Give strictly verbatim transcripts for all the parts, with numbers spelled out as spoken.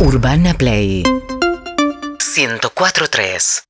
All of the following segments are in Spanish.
Urbana Play ciento cuatro punto tres.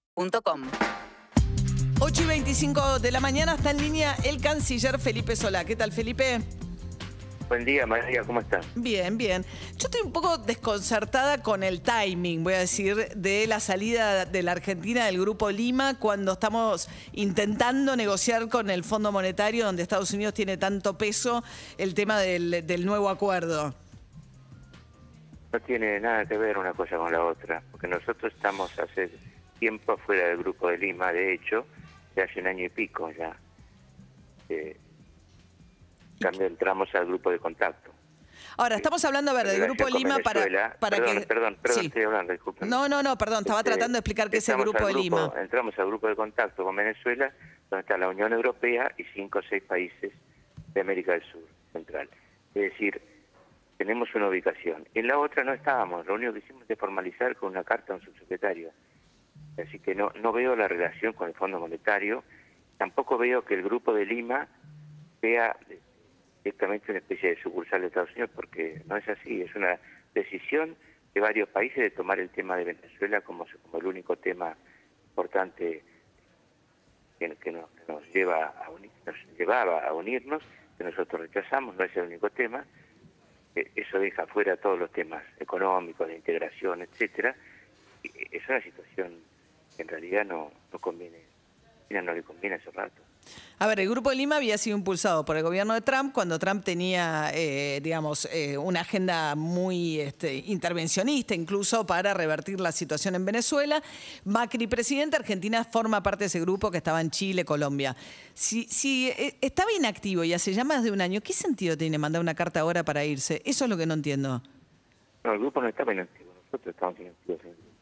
ocho y veinticinco de la mañana está en línea el canciller Felipe Solá. ¿Qué tal, Felipe? Buen día, María, ¿cómo estás? Bien, bien. Yo estoy un poco desconcertada con el timing, voy a decir, de la salida de la Argentina del Grupo Lima cuando estamos intentando negociar con el Fondo Monetario, donde Estados Unidos tiene tanto peso, el tema del, del nuevo acuerdo. No tiene nada que ver una cosa con la otra, porque nosotros estamos hace tiempo fuera del Grupo de Lima, de hecho, de hace un año y pico ya. Eh, También entramos al grupo de contacto. Ahora, estamos hablando, a ver, del Grupo Lima para, para perdón, que... Perdón, perdón, sí. estoy hablando, disculpen. No, no, no, perdón, estaba Este, tratando de explicar qué es el Grupo de grupo, Lima. Entramos al grupo de contacto con Venezuela, donde está la Unión Europea y cinco o seis países de América del Sur, central. Es decir, tenemos una ubicación. En la otra no estábamos, lo único que hicimos es formalizar con una carta a un subsecretario. Así que no, no veo la relación con el Fondo Monetario, tampoco veo que el Grupo de Lima sea directamente una especie de sucursal de Estados Unidos, porque no es así, es una decisión de varios países de tomar el tema de Venezuela como, como el único tema importante que, que, nos, que nos lleva a unir, nos llevaba a unirnos, que nosotros rechazamos, no es el único tema. Eso deja fuera todos los temas económicos, de integración, etcétera. Es una situación que en realidad no, no conviene, no le conviene hace rato. A ver, el Grupo de Lima había sido impulsado por el gobierno de Trump cuando Trump tenía, eh, digamos, eh, una agenda muy este, intervencionista, incluso para revertir la situación en Venezuela. Macri presidente, Argentina forma parte de ese grupo que estaba en Chile, Colombia. Si, si eh, estaba inactivo y hace ya más de un año, ¿qué sentido tiene mandar una carta ahora para irse? Eso es lo que no entiendo. No, el grupo no estaba inactivo, nosotros estábamos inactivos en el grupo.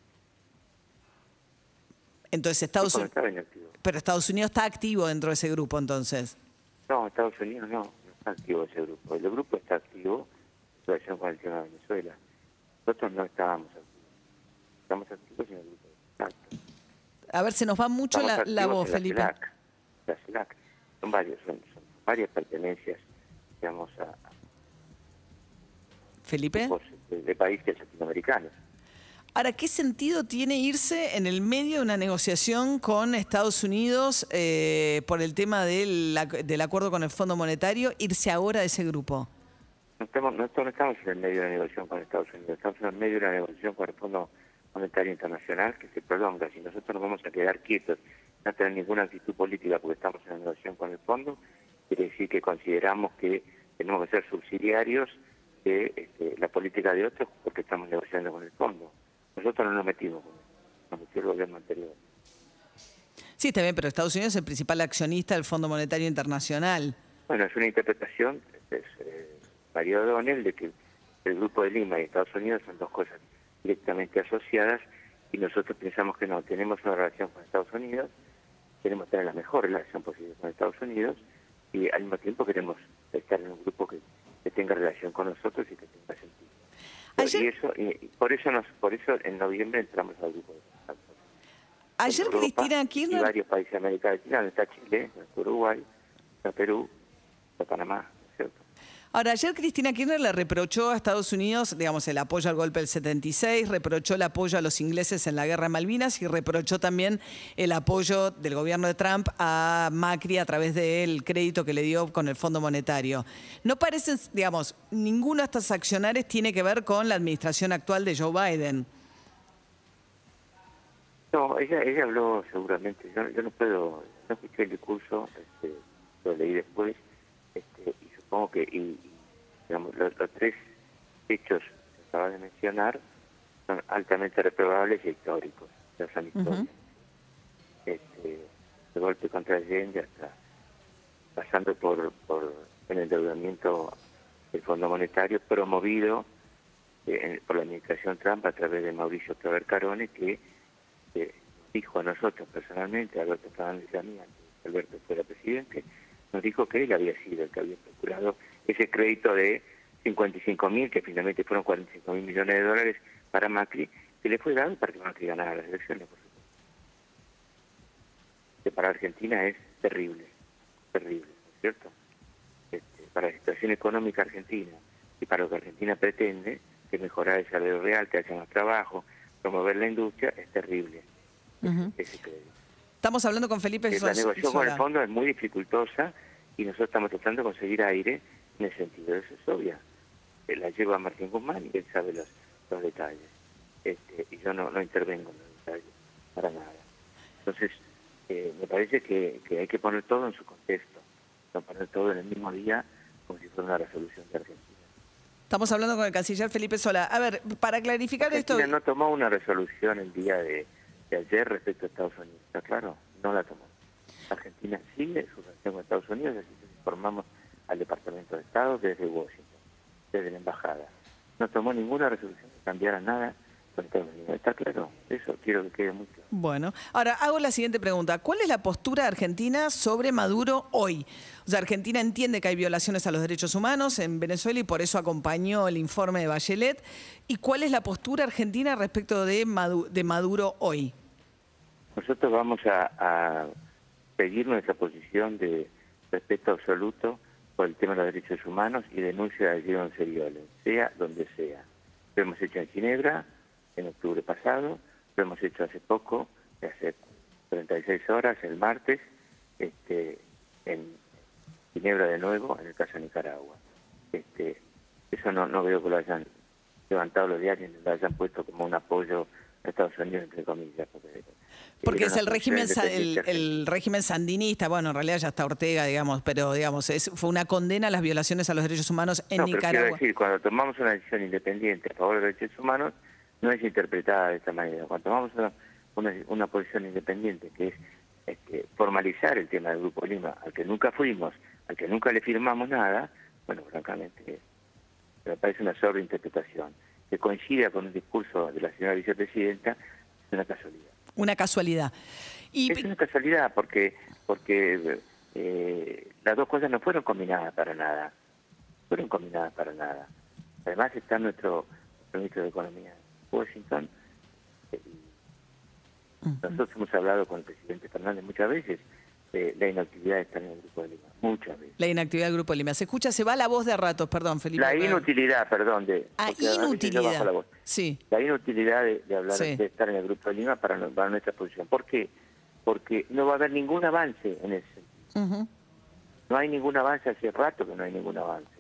Entonces Estados Unidos... Pero Estados Unidos está activo dentro de ese grupo, entonces. No, Estados Unidos no, no está activo ese grupo. El grupo está activo en relación con el tema de Venezuela. Nosotros no estábamos activos. Estamos activos en el grupo de contacto. A ver, se nos va mucho la, la voz, la Felipe. CELAC, la CELAC. Son varios, son, son varias pertenencias, digamos, a, a Felipe. De, de países latinoamericanos. Ahora, ¿qué sentido tiene irse en el medio de una negociación con Estados Unidos eh, por el tema del, del acuerdo con el Fondo Monetario, irse ahora de ese grupo? No estamos, nosotros no estamos en el medio de una negociación con Estados Unidos, estamos en el medio de una negociación con el Fondo Monetario Internacional que se prolonga. Si nosotros nos vamos a quedar quietos, no tener ninguna actitud política porque estamos en la negociación con el Fondo, quiere decir que consideramos que tenemos que ser subsidiarios de este, la política de otros porque estamos negociando con el Fondo. Nosotros no nos metimos con eso, nos metió el gobierno anterior. Sí, está bien, pero Estados Unidos es el principal accionista del Fondo Monetario Internacional. Bueno, es una interpretación, es eh, María O'Donnell, de que el Grupo de Lima y Estados Unidos son dos cosas directamente asociadas y nosotros pensamos que no, tenemos una relación con Estados Unidos, queremos tener la mejor relación posible con Estados Unidos y al mismo tiempo queremos estar en un grupo que, que tenga relación con nosotros y que tenga sentido. Ayer, y eso y por eso nos por eso en noviembre entramos al grupo de contacto. Ayer Cristina Kirchner y varios países de América Latina, donde está Chile, está Uruguay, está Perú, está Panamá, ¿cierto? Ahora, ayer Cristina Kirchner le reprochó a Estados Unidos, digamos, el apoyo al golpe del setenta y seis, reprochó el apoyo a los ingleses en la guerra de Malvinas y reprochó también el apoyo del gobierno de Trump a Macri a través del crédito que le dio con el Fondo Monetario. No parecen, digamos, ninguno de estos accionarios tiene que ver con la administración actual de Joe Biden. No, ella ella habló seguramente, yo, yo no puedo, no escuché el discurso, este, lo leí después, este, y supongo que y, digamos, los, los tres hechos que acaba de mencionar son altamente reprobables y históricos, ya son históricos. Uh-huh. Este, el golpe contra Allende hasta pasando por, por el endeudamiento del Fondo Monetario promovido eh, por la administración Trump a través de Mauricio Claver Carone, que eh, dijo a nosotros personalmente, a Alberto Fernández y a mí, antes que Alberto fuera presidente, nos dijo que él había sido el que había procurado ese crédito de cincuenta y cinco mil, que finalmente fueron cuarenta y cinco mil millones de dólares para Macri, que le fue dado para que Macri ganara las elecciones, por supuesto. Que para Argentina es terrible, terrible, ¿no es cierto? Este, para la situación económica argentina y para lo que Argentina pretende, que mejorar el salario real, que haya más trabajo, promover la industria, es terrible. Uh-huh. Ese crédito. Estamos hablando con Felipe La Sola. negociación con el fondo es muy dificultosa y nosotros estamos tratando de conseguir aire en el sentido. Eso es obvio. La lleva Martín Guzmán y él sabe los, los detalles. Este, y yo no, no intervengo en los detalles para nada. Entonces, eh, me parece que, que hay que poner todo en su contexto, no poner todo en el mismo día como si fuera una resolución de Argentina. Estamos hablando con el canciller Felipe Sola. A ver, para clarificar Argentina esto... no tomó una resolución el día de, de ayer respecto a Estados Unidos, ¿está claro? No la tomó. Argentina sigue su relación con Estados Unidos, así que informamos al Departamento de Estado desde Washington, desde la Embajada. No tomó ninguna resolución que cambiara nada con Estados Unidos. ¿Está claro? Eso quiero que quede muy claro. Bueno, ahora hago la siguiente pregunta. ¿Cuál es la postura argentina sobre Maduro hoy? O sea, Argentina entiende que hay violaciones a los derechos humanos en Venezuela y por eso acompañó el informe de Bachelet. ¿Y cuál es la postura argentina respecto de Maduro, de Maduro hoy? Nosotros vamos a, a seguir nuestra posición de respeto absoluto por el tema de los derechos humanos y denuncia de Guido Serioles, sea donde sea. Lo hemos hecho en Ginebra en octubre pasado, lo hemos hecho hace poco, hace treinta y seis horas, el martes, este, en Ginebra de nuevo, en el caso de Nicaragua. Este, eso no, no veo que lo hayan levantado los diarios, ni lo hayan puesto como un apoyo a Estados Unidos, entre comillas. Porque, porque es el régimen, el, el régimen sandinista, bueno, en realidad ya está Ortega, digamos, pero digamos es, fue una condena a las violaciones a los derechos humanos en no, Nicaragua. Pero quiero decir, cuando tomamos una decisión independiente a favor de los derechos humanos, no es interpretada de esta manera. Cuando tomamos una, una, una posición independiente, que es este, formalizar el tema del Grupo Lima, al que nunca fuimos, al que nunca le firmamos nada, bueno, francamente, me parece una sobreinterpretación, que coincida con un discurso de la señora vicepresidenta, es una casualidad. Una casualidad. Y... Es una casualidad porque porque eh, las dos cosas no fueron combinadas para nada. Fueron combinadas para nada. Además está nuestro, nuestro ministro de Economía, Washington. Eh, uh-huh. Nosotros hemos hablado con el presidente Fernández muchas veces de la inactividad de estar en el Grupo de Lima. Muchas veces. La inactividad del Grupo de Lima. Se escucha, se va la voz de ratos, perdón, Felipe. La inutilidad, perdón, de... Ah, inutilidad. La, voz. Sí. la inutilidad de, de hablar, sí. de estar en el Grupo de Lima para, para nuestra posición. ¿Por qué? Porque no va a haber ningún avance en ese sentido. Uh-huh. No hay ningún avance, hace rato que no hay ningún avance.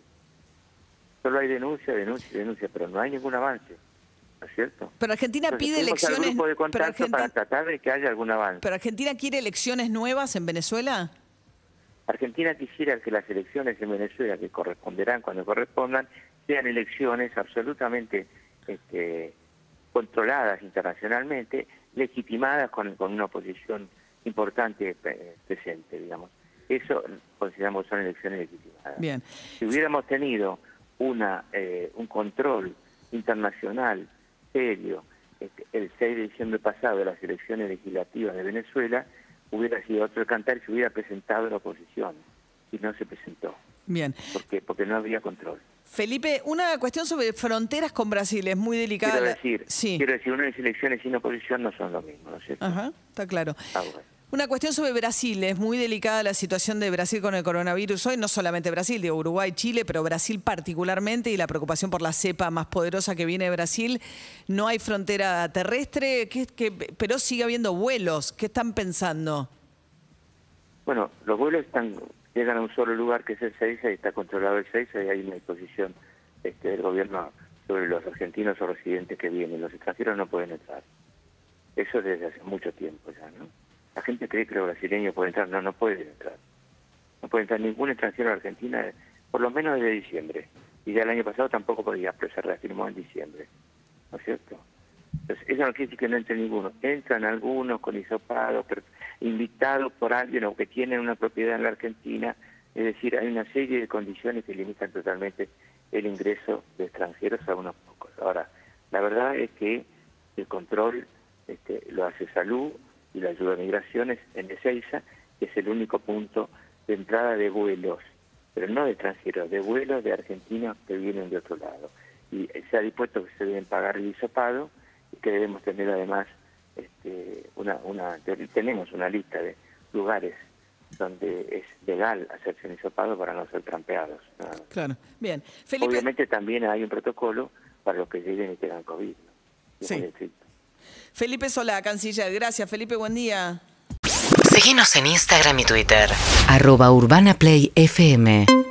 Solo hay denuncia, denuncia, denuncia, pero no hay ningún avance. ¿No es cierto? Pero Argentina Entonces, pide elecciones... Al grupo de contacto Argentina, para tratar de que haya algún avance. ¿Pero Argentina quiere elecciones nuevas en Venezuela? Argentina quisiera que las elecciones en Venezuela, que corresponderán cuando correspondan, sean elecciones absolutamente este, controladas internacionalmente, legitimadas con, con una oposición importante eh, presente, digamos. Eso consideramos son elecciones legitimadas. Bien. Si hubiéramos tenido una eh, un control internacional serio este, el seis de diciembre pasado de las elecciones legislativas de Venezuela, hubiera sido otro cantar y se hubiera presentado la oposición, y no se presentó. Bien. ¿Por qué? Porque no había control. Felipe, una cuestión sobre fronteras con Brasil, es muy delicada. Quiero la... decir, sí. quiero decir, unas elecciones sin oposición no son lo mismo, ¿no es cierto? Ajá, está claro. Ah, bueno. Una cuestión sobre Brasil, es muy delicada la situación de Brasil con el coronavirus hoy, no solamente Brasil, digo Uruguay, Chile, pero Brasil particularmente, y la preocupación por la cepa más poderosa que viene de Brasil. No hay frontera terrestre, ¿qué, qué, pero sigue habiendo vuelos. ¿Qué están pensando? Bueno, los vuelos están llegan a un solo lugar, que es el Seiza, y está controlado el Seiza, y hay una disposición este, del gobierno sobre los argentinos o residentes que vienen. Los extranjeros no pueden entrar. Eso desde hace mucho tiempo ya, ¿no? La gente cree que los brasileños pueden entrar. No, no pueden entrar. No puede entrar ningún extranjero a Argentina, por lo menos desde diciembre. Y ya el año pasado tampoco podía, pero se reafirmó en diciembre. ¿No es cierto? Entonces, eso no quiere decir que no entre ninguno. Entran algunos con hisopado, pero invitados por alguien o que tienen una propiedad en la Argentina. Es decir, hay una serie de condiciones que limitan totalmente el ingreso de extranjeros a unos pocos. Ahora, la verdad es que el control este, lo hace Salud y la ayuda a migraciones en Ezeiza, que es el único punto de entrada de vuelos, pero no de extranjeros, de vuelos de argentinos que vienen de otro lado. Y se ha dispuesto que se deben pagar el hisopado y que debemos tener además este, una, una tenemos una lista de lugares donde es legal hacerse un hisopado para no ser trampeados. ¿No? Claro, bien. Felipe... Obviamente también hay un protocolo para los que lleguen y tengan COVID, ¿no? Es Sí. muy estricto. Felipe Solá, canciller. Gracias, Felipe, buen día. Seguinos en Instagram y Twitter. arroba Urbana Play F M.